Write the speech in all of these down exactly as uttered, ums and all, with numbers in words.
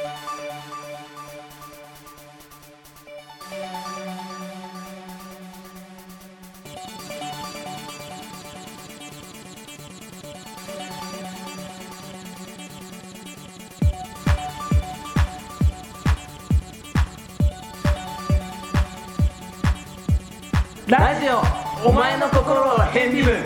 ラジオお前の心を変微分。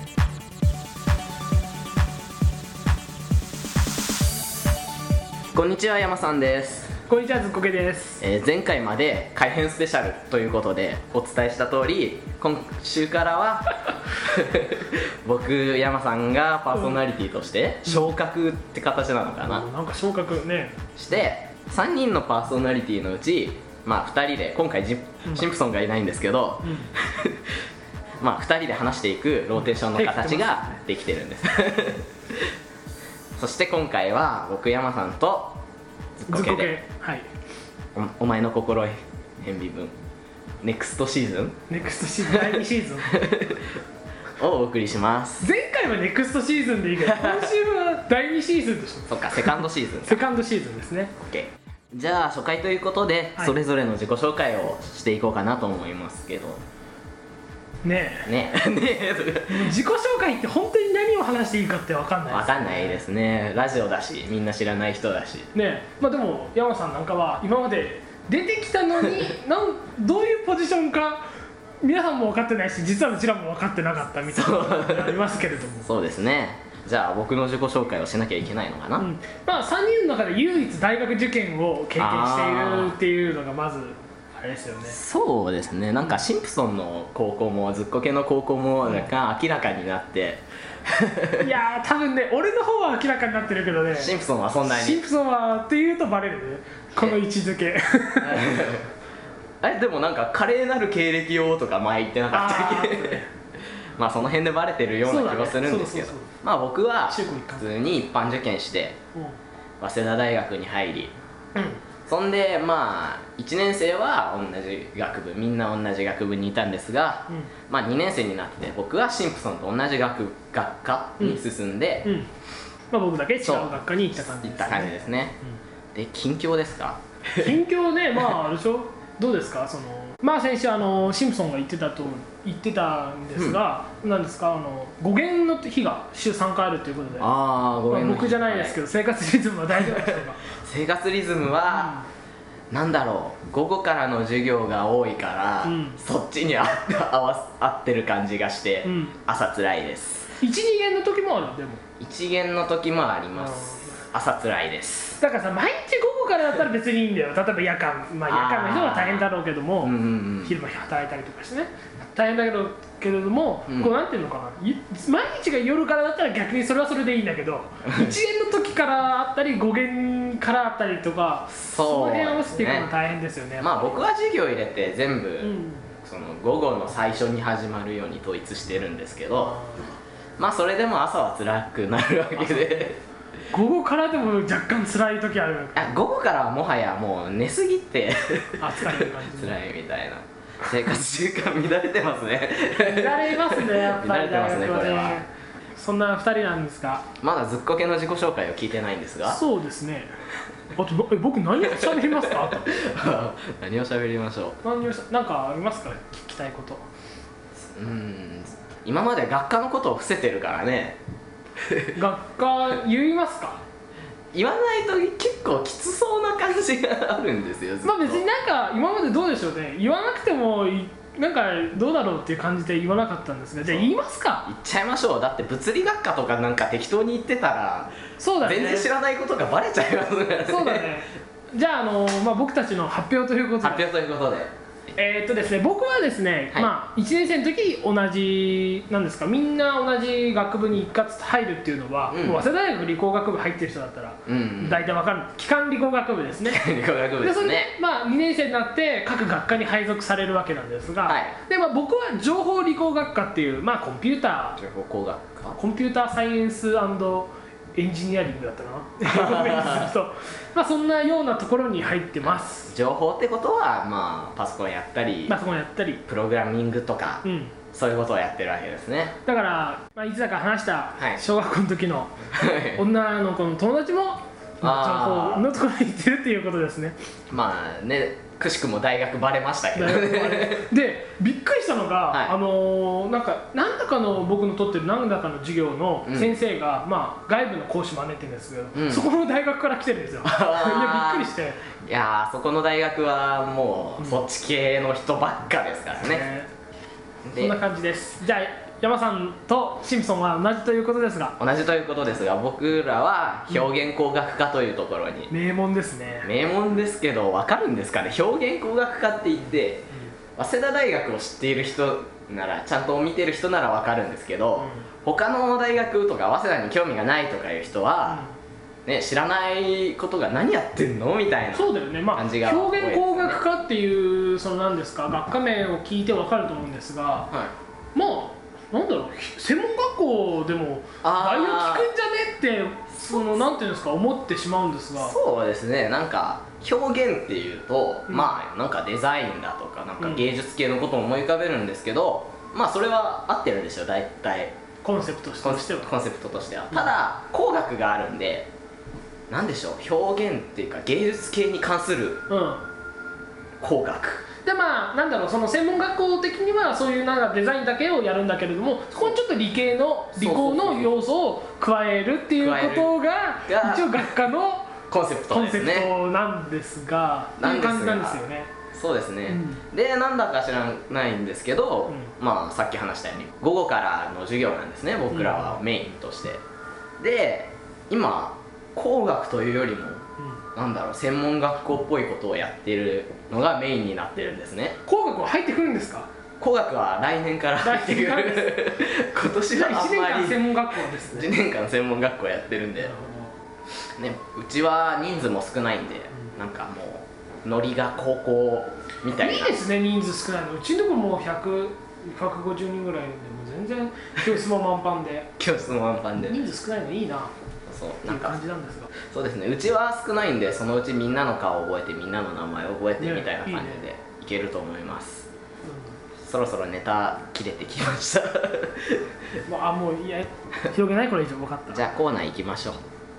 こんにちは、山さんです。 こんにちは、ずっこけです。 えー、前回まで改編スペシャルということでお伝えした通り、今週からは僕山さんがパーソナリティとして昇格って形なのかな、 うん、なんか昇格ねしてさんにんのパーソナリティのうち、まあ、ふたりで今回ジシンプソンがいないんですけど、うん、まあふたりで話していくローテーションの形ができてるんですそして今回は僕山さんとずっこけではい、 お, お前の心変微分ネクストシーズンネクストシーズンだいにシーズンをお送りします。 前回はネクストシーズンでいいけど今週はだいにシーズンでしょそっか、セカンドシーズンセカンドシーズンですね。 OK。 じゃあ初回ということで、はい、それぞれの自己紹介をしていこうかなと思いますけどねえねえねえ自己紹介って本当に何を話していいかって分かんないです、ね、 分かんないですね。ラジオだしみんな知らない人だしねえ、まあでも山さんなんかは今まで出てきたのになんどういうポジションか皆さんも分かってないし、実はうちらも分かってなかったみたいなのがありますけれどもそうですね。じゃあ僕の自己紹介をしなきゃいけないのかな、うん、 まあさんにんの中で唯一大学受験を経験しているっていうのがまずあれですよね。 そうですね。なんかシンプソンの高校もずっこけの高校もなんか明らかになって、 うん、いやー多分ね俺の方は明らかになってるけどね、 シンプソンはそんなにシンプソンはっていうとバレるね、この位置づけあれでもなんか華麗なる経歴をとか前言ってなかったっけまあその辺でバレてるような気がするんですけど、まあ僕は普通に一般受験して、うん、早稲田大学に入り、うん、そんでまあいちねん生は同じ学部、みんな同じ学部にいたんですが、うん、まあにねん生になって僕はシンプソンと同じ学学科に進んで、 うんうん、まあ、僕だけ違う学科に行った感じですね。 行った感じですね、うん、で近況ですか？ 近況ね、まああれでしょどうですか、そのまあ先週あのシンプソンが言ってたと言ってたんですが、うん、なんですか、あの語源の日が週さんかいあるということで、 ああ、語源の日、 まあ、僕じゃないですけど、はい、生活リズムは大丈夫でしょうか？ 生活リズムは、うん、なんだろう、午後からの授業が多いから、うん、そっちに合わ合ってる感じがして、うん、朝つらいです。 いち、に限の時もある？でもいち限の時もあります。朝つらいです。 だからさ、毎日午後からだったら別にいいんだよ。例えば夜間、まあ、夜間の人は大変だろうけども、うんうんうん、昼間働いたりとかしてね大変だけどけれども、うん、こうなんていうのかな、毎日が夜からだったら逆にそれはそれでいいんだけどいち限の時からあったりご限からあったりとか、その辺合わせていくの大変ですよね。 まあ僕は授業入れて全部、うん、その午後の最初に始まるように統一してるんですけど、まあそれでも朝は辛くなるわけで午後からでも若干辛い時ある。 あ、午後からはもはやもう寝すぎてあ、疲れる感じ辛いみたいな生活習慣乱れてますね乱れますね、やっぱり。 乱れてますね、これは。 そんなふたりなんですが、 まだずっこけの自己紹介を聞いてないんですが。 そうですね。あとえ僕何を喋りますか？ 何を喋りましょう。 何をなんかありますか？聞きたいこと。 うーん、今まで学科のことを伏せてるからね学科言いますか？ 言わないと結構きつそうな感じがあるんですよ。 まあ別になんか今までどうでしょうね、言わなくてもなんかどうだろうっていう感じで言わなかったんですが、じゃあ言いますか？ 言っちゃいましょう。だって物理学科とかなんか適当に言ってたら、 そうだね、 全然知らないことがバレちゃいますね。 そうだね。じゃあ、あのまあ、僕たちの発表ということで発表ということでえーっとですね、僕はですね、はい、まあ、いちねん生の時同じなんですか、みんな同じ学部に一括入るっていうのは、うん、もう早稲田大学理工学部入ってる人だったら、うんうん、大体わかる、基幹理工学部ですね理工学部ですね。でそれで、 まあ、にねん生になって各学科に配属されるわけなんですが、はい、でまあ、僕は情報理工学科っていう、まあ、コンピューター情報工学科コンピューターサイエンス&エンジニアリングだったかなまあそんなようなところに入ってます。 情報ってことは、まあ、パソコンやったりパソコンやったりプログラミングとか、うん、そういうことをやってるわけですね。 だから、まあ、いつだか話した小学校の時の女の子の友達も報のところに行ってるっていうことですね。 まあね、くしくも大学バレましたけどねでびっくりしたのが、はい、あのー、なんか何らかの僕の取ってる何らかの授業の先生が、うん、まあ、外部の講師招いてるんですけど、うん、そこの大学から来てるんですよいやびっくりして、 いやー、そこの大学はもう、うん、そっち系の人ばっかですからね、ね、 そんな感じです。じゃあ山さんとシンプソンは同じということですが、 同じということですが、僕らは表現工学科というところに、 うん、名門ですね。 名門ですけど、分かるんですかね、表現工学科って言って、うん、早稲田大学を知っている人なら、ちゃんと見てる人なら分かるんですけど、うん、他の大学とか早稲田に興味がないとかいう人は、うん、ね、知らないことが何やってんのみたいな感じが、 そうだよね、まあ、表現工学科っていう、その何ですか、学科名を聞いて分かると思うんですが、はい、まあなんだろう、専門学校でもバイオ聞くんじゃねってそのなんていうんですか、思ってしまうんですが、 そうですね、なんか表現っていうと、うん、まあなんかデザインだとかなんか芸術系のことを思い浮かべるんですけど、うん、まあそれは合ってるんですよ、大体コンセプトとしては。 コンセプトとしては、ただ工学があるんで、なんでしょう、表現っていうか芸術系に関する工学、うんでまあ、なんだろう、その専門学校的にはそういうなんかデザインだけをやるんだけれども、そこにちょっと理系の理工の要素を加えるっていうことが一応学科のコンセプトですね。 コンセプトなんですが、っていう感じなんですよね。 そうですね、うん、でなんだか知らないんですけど、うん、まあさっき話したように午後からの授業なんですね、僕らはメインとして、うん、で今工学というよりもなんだろう、専門学校っぽいことをやっているのがメインになってるんですね。 工学は入ってくるんですか？ 工学は来年から入ってくる今年はあんまりいちねんかん専門学校ですね。 いちねんかん専門学校やってるんで、ね、うちは人数も少ないんで、うん、なんかもうノリが高校みたいな。 いいですね、人数少ないの。うちのところもひゃく、ひゃくごじゅうにんぐらいで、もう全然教室も満帆で教室も満帆で人数少ないのいいな、 そうなんか感じなんですが、 そうですね、うちは少ないんで、そのうちみんなの顔を覚えてみんなの名前を覚えてみたいな感じでいけると思います、ね、いいね、うん、そろそろネタ切れてきましたあ、もういや広げない、これ以上。分かった。 じゃあコーナー行きましょう。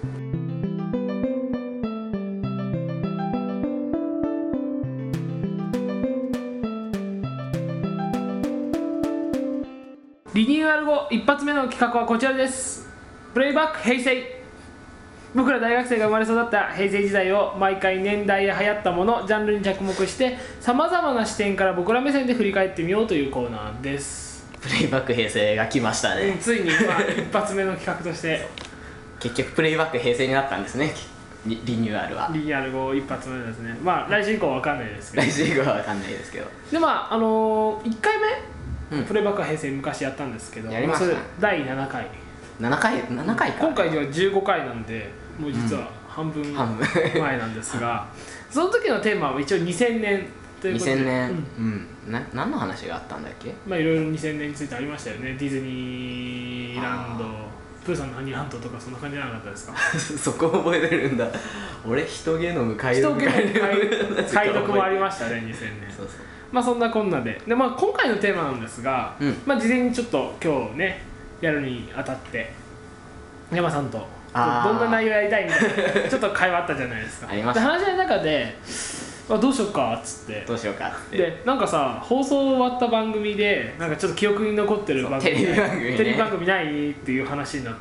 リニューアル後一発目の企画はこちらです。プレイバック平成。僕ら大学生が生まれ育った平成時代を毎回年代や流行ったもの、ジャンルに着目してさまざまな視点から僕ら目線で振り返ってみようというコーナーです。 プレイバック平成が来ましたね、 うん、ついに、まあ、一発目の企画として結局プレイバック平成になったんですね、リ, リニューアルは。 リニューアル後一発目ですね。まあ来週以降は分かんないですけど、 来週以降は分かんないですけど、 でまああのー、いっかいめ、うん、プレイバック平成昔やったんですけど、 やりましたね、 だいななかいななかいななかいか、 今回ではじゅうごかいなんで、もう実は半分前なんですが、うん、その時のテーマは一応にせんねんということで、 にせんねん、うん、うん、な何の話があったんだっけ。 まあいろいろにせんねんについてありましたよね。ディズニーランド、プーさんのハニーハントとか、そんな感じじゃなかったですかそこ覚えてるんだ。俺人ゲノム解読解読もありましたね、にせんねん。そうそう、まあそんなこんなで、で、まあ、今回のテーマなんですが、うん、まあ事前にちょっと今日ねやるにあたって山さんとどんな内容やりたいみたいなちょっと会話あったじゃないですか。 ありました。 で話の中であどうしようかっつってどうしようかっつってで、なんかさ、放送終わった番組でなんかちょっと記憶に残ってる番組、 テレビ番組、ね、 テレビ番組ないっていう話になって、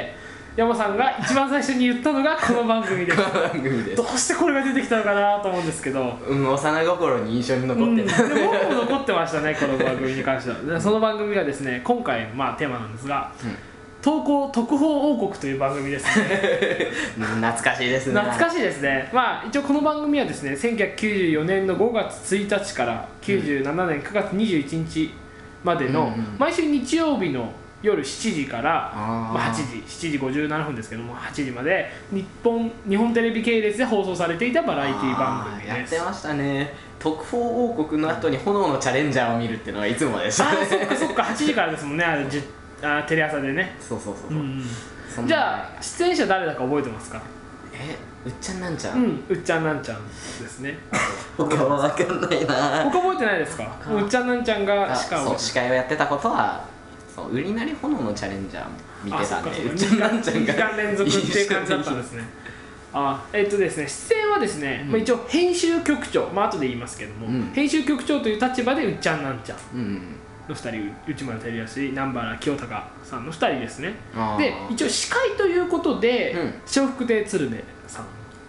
山さんが一番最初に言ったのがこの番組ですこの番組です。 どうしてこれが出てきたのかなと思うんですけど、 うん、幼心に印象に残ってた、 うん、で僕も残ってましたね、この番組に関しては。でその番組がですね、今回、まあ、テーマなんですが、うん、投稿特報王国という番組ですね懐かしいですね。 懐かしいですね。まあ一応この番組はですね、せんきゅうひゃくきゅうじゅうよねんのごがつついたちからきゅうじゅうななねんくがつにじゅういちにちまでの毎週日曜日の夜しちじから、まあ、はちじ、しちじごじゅうななふんですけども、はちじまで日本日本テレビ系列で放送されていたバラエティ番組です。 やってましたね。特報王国の後に炎のチャレンジャーを見るっていうのはいつもでしたね。 あ、そっかそっか、はちじからですもんね、あれあテレ朝でね。 そうそうそうそう、うんうん、じゃあ出演者誰だか覚えてますか？ え、うっちゃんなんちゃん、 うん、うっちゃんなんちゃんですね他は分かんないな。 他覚えてないですか？うっちゃんなんちゃんが司会をそう司会をやってたことは、そう売りなり炎のチャレンジャー見てたんで、うっちゃんなんちゃんがにじかん連続っていう感じだったんですね。 あえっとですね出演はですね、うんまあ、一応編集局長まあ後で言いますけども、うん、編集局長という立場でうっちゃんなんちゃんのふたり、内村光良南原清隆さんのふたりですね。で一応司会ということで笑福亭鶴瓶さん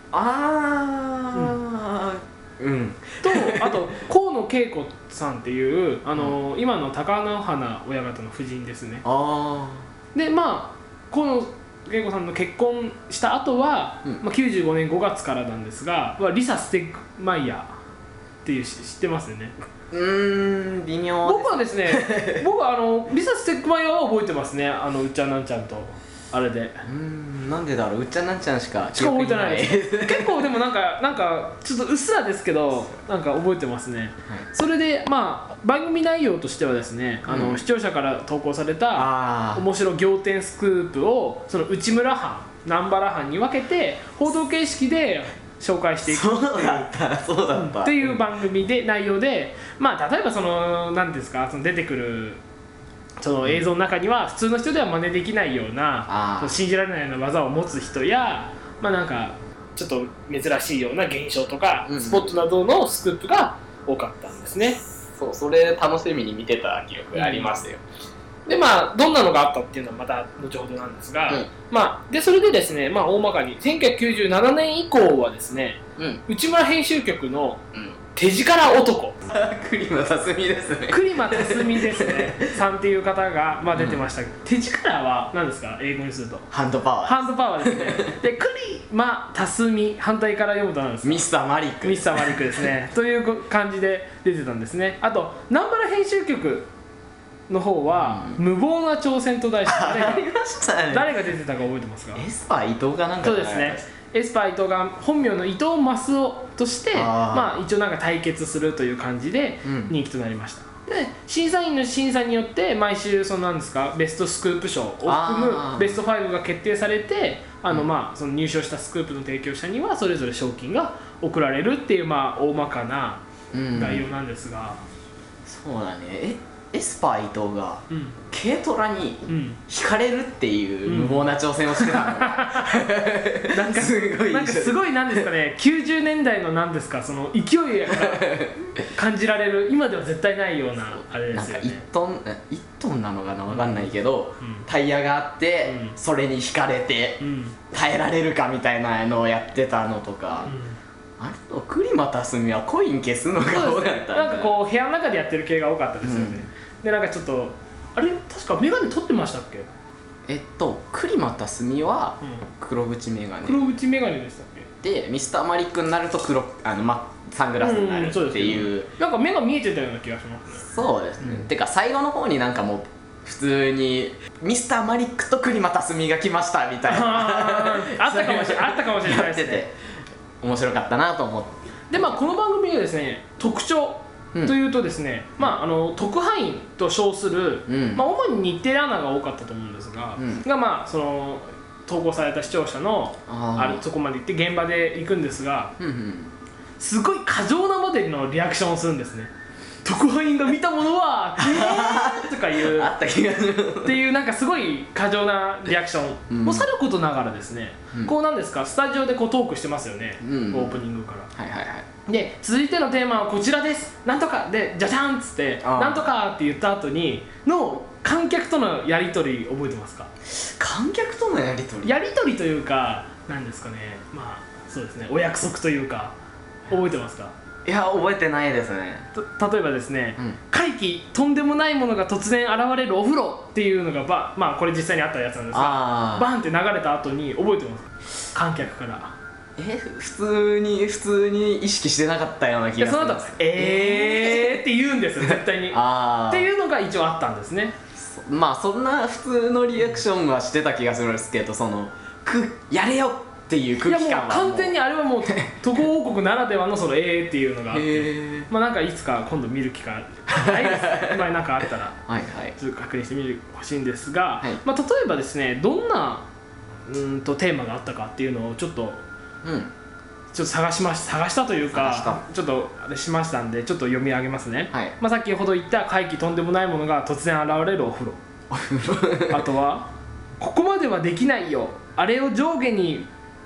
ああうん、うん、 とあと河野恵子さんっていうあの、うん、今の貴乃花親方の夫人ですね。 あでまあ河野恵子さんの結婚した後は、うんまあ、きゅうじゅうごねんごがつからなんですがリサ・ステッグマイヤーっていう知ってますよね。 うーん微妙僕はですね僕はあのリサ・ステッグマイヤーは覚えてますね。あのうっちゃんなんちゃんとあれでうーんなんでだろううっちゃんなんちゃんしかしか覚えてないです結構でもなんかなんかちょっとうっすらですけどなんか覚えてますね、はい、それでまあ番組内容としてはですね、うん、あの視聴者から投稿された面白仰天スクープをその内村班南原班に分けて報道形式で紹介していくそうだったそうだった、 うん、っていう番組で内容でまあ例えばその何ですかその出てくるその映像の中には普通の人では真似できないような信じられないような技を持つ人やまあなんかちょっと珍しいような現象とか、うん、スポットなどのスクープが多かったんですね。 そうそれ楽しみに見てた記憶がありますよ、 うん、でまあどんなのがあったっていうのはまた後ほどなんですが、うん、まあでそれでですねまあ大まかにせんきゅうひゃくきゅうじゅうななねん以降はですね、うん、内村編集局の、うん手力男栗間辰巳ですね栗間辰巳ですねさんっていう方が、まあ、出てましたけど、うん、手力は何ですか英語にするとハンドパワーハンドパワーですねで栗間辰巳反対から読むと何ですかミスターマリックミスターマリックですねという感じで出てたんですね。あと南原編集局の方は、うん、無謀な挑戦と題して誰が、 ありましたね、 誰が出てたか覚えてますか。 エスパー伊藤かなんかそうですねエスパー伊藤が本名の伊藤益夫としてまあ、一応なんか対決するという感じで人気となりました、うん、で審査員の審査によって毎週そのなんですかベストスクープ賞を含むベストファイブが決定されてあの、まあ、その入賞したスクープの提供者にはそれぞれ賞金が贈られるっていう、まあ、大まかな概要なんですが、 うん、そうだねえエスパー伊藤が軽トラに引かれるっていう無謀な挑戦をしてたのが、 うん、なんかすごいなんかすごいなんですかねきゅうじゅうねんだいのなんですかその勢いが感じられる今では絶対ないようなあれですよね。なんかいちトンいちトンなのかな分かんないけど、うん、タイヤがあって、うん、それに引かれて、うん、耐えられるかみたいなのをやってたのとか、うん、あれと栗間辰巳はコイン消すのが多かったんだ、ね、 なんかこう部屋の中でやってる系が多かったですよね、うん、でなんかちょっとあれ確かメガネ取ってましたっけ。 えっと栗間辰巳は黒縁メガネ、 黒縁メガネでしたっけ。 でミスターマリックになると黒あの、ま、サングラスになるっていう、うん、 なんか目が見えてたような気がしますね。 そうですね、うん、てか最後の方になんかもう普通にミスターマリックと栗間辰巳が来ましたみたいなあったかもしれないあったかもしれないですね。 やってて面白かったなと思ってでまあこの番組がですね特徴というとですね、うん、まああの特派員と称する、うんまあ、主に日テレアナが多かったと思うんですが、うん、がまあその投稿された視聴者のあるそこまで行って現場で行くんですが、うんうん、すごい過剰なまでのリアクションをするんですね。特派員が見たものは「えー!」とか言うあった気がするっていうなんかすごい過剰なリアクションをさることながらですね、うん、こうなんですかスタジオでこうトークしてますよね、うんうん、オープニングから。はいはいはい、で続いてのテーマはこちらですなんとかでじゃじゃんっつってなんとかって言った後にの観客とのやり取り覚えてますか。 観客とのやり取りやり取りというかなんですかねまあそうですねお約束というか覚えてますか。 いや覚えてないですね。 例えばですね、うん、怪奇とんでもないものが突然現れるお風呂っていうのがばまあこれ実際にあったやつなんですがバンって流れた後に覚えてます観客からえ普通に普通に意識してなかったような気がするんです。 その後えーって言うんですよ絶対にっていうのが一応あったんですね。 まあそんな普通のリアクションはしてた気がするんですけどそのくやれよっていう空気感はもういやもう完全にあれはもう渡航王国ならではのそのえーっていうのがあってまあなんかいつか今度見る機会ないです今なんかあったらはい、はい、ちょっと確認してみてほしいんですが、はいまあ、例えばですねどんなうんとテーマがあったかっていうのをちょっと、うん、ちょっと探しまし探したというかちょっとあれしましたんでちょっと読み上げますね、はいまあ、さっきほど言った怪奇とんでもないものが突然現れるお風呂あとはここまではできないよあれを上下に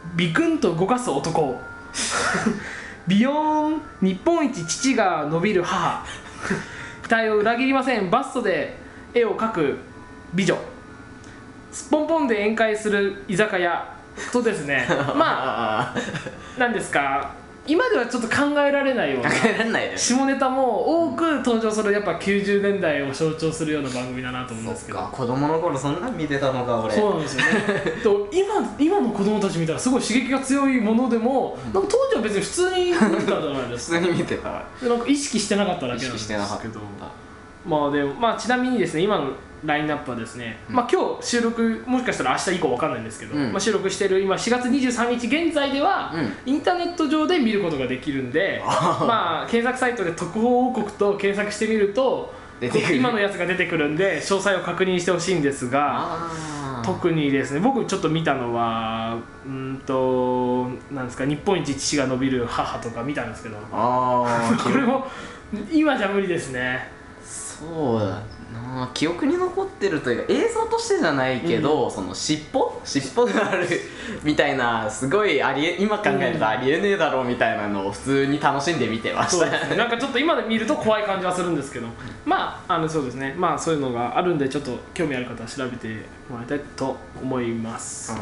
ビクンと動かす男ビヨーン日本一乳が伸びる母期待を裏切りませんバストで絵を描く美女すっぽんぽんで宴会する居酒屋とですねまあ何ですか今ではちょっと考えられないような下ネタも多く登場するやっぱきゅうじゅうねんだいを象徴するような番組だなと思うんですけど、 そっか子供の頃そんなん見てたのか俺。 そうなんですよねと 今, 今の子供たち見たらすごい刺激が強いものでも、うん、なんか当時は別に普通に見てたんじゃないですか普通に見てたなんか意識してなかっただけなんですけど、まあでもまあちなみにですね今のラインナップはですね、うん、まあ今日収録もしかしたら明日以降わかんないんですけど、うん、まあ収録している今しがつにじゅうさんにち現在では、うん、インターネット上で見ることができるんでまあ検索サイトで特報王国と検索してみると今のやつが出てくるんで詳細を確認してほしいんですが特にですね僕ちょっと見たのはうんとなんですか日本一乳が伸びる母とか見たんですけどあこれも今じゃ無理ですね。 そうだな記憶に残ってるというか映像としてじゃないけど、うん、その尻尾尻尾があるみたいなすごいありえ今考えるとありえねえだろうみたいなのを普通に楽しんで見てましたね。 なんかちょっと今で見ると怖い感じはするんですけどまああのそうですねまあそういうのがあるんでちょっと興味ある方は調べてもらいたいと思います、はい。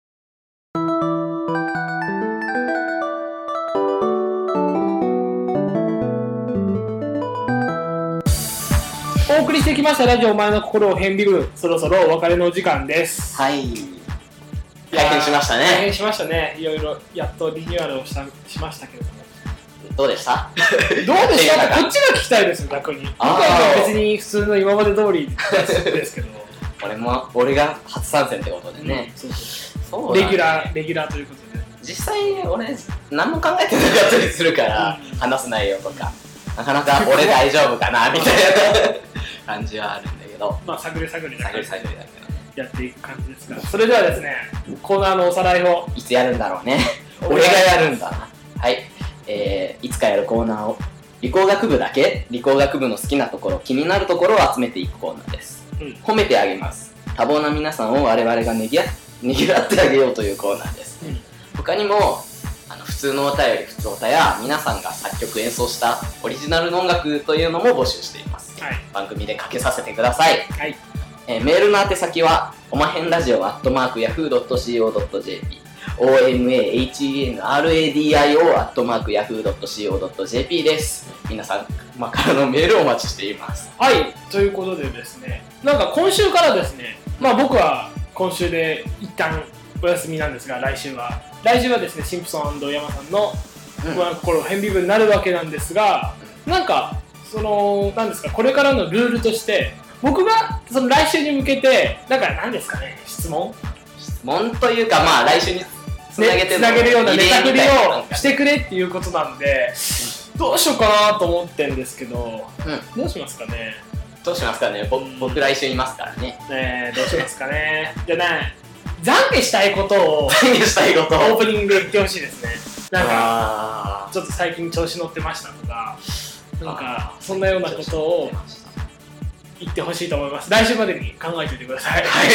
お送りしてきましたラジオお前の心を変微分そろそろお別れの時間です。 はい大変しましたね大変しましたねいろいろやっとリニューアルをしたしましたけれどもどうでしたどうでしたってこっちが聞きたいですよ逆に僕は別に普通の今まで通りですけど俺も俺が初参戦ってことでね、 うん、そうそうそうレギュラーレギュラーということで実際俺何も考えてなかったりするから、うん、話す内容とかなかなか俺大丈夫かなみたいな感じはあるんだけどまあ探り探り探り探りだけどやっていく感じですがそれではですねコーナーのおさらいをいつやるんだろうね俺がやるんだなはい、えー、いつかやるコーナーを理工学部だけ理工学部の好きなところ気になるところを集めていくコーナーです、うん、褒めてあげます多忙な皆さんを我々がねぎらってあげようというコーナーです、うん、他にもあの普通のお便り普通おたや皆さんが作曲演奏したオリジナルの音楽というのも募集しています、はい、番組でかけさせてください、はいえー、メールの宛先はおまへんラジオアットマークヤフードットシーオードットジェーピー オーエムエーエイチイーエヌアールエーディーアイオー アットマークヤフードットシーオードットジェーピー です皆さん、まあ、からのメールをお待ちしていますはいということでですねなんか今週からですねまあ僕は今週で一旦お休みなんですが来週は来週はですねシンプソン&山さんの、うんまあ、心変微分になるわけなんですがなんかそのなんですかこれからのルールとして僕がその来週に向けてなんか何ですかね質問質問というかまあ来週につなげて、 ね、つなげるようなネタ振りをしてくれっていうことなんでどうしようかなと思ってんですけど、うん、どうしますかねどうしますかねぼ僕来週いますからねねどうしますかねじゃあね懺悔したいことを懺悔したいことオープニングで言ってほしいですねなんかちょっと最近調子乗ってましたとかなんかそんなようなことを言ってほしいと思います来週までに考えておいてください、はい、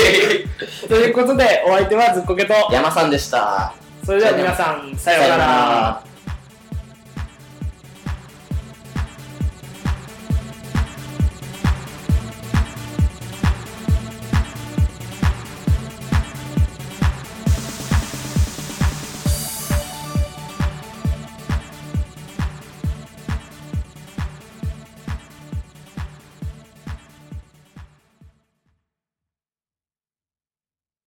ということでお相手はずっこけと山さんでしたそれでは皆さんさようなら。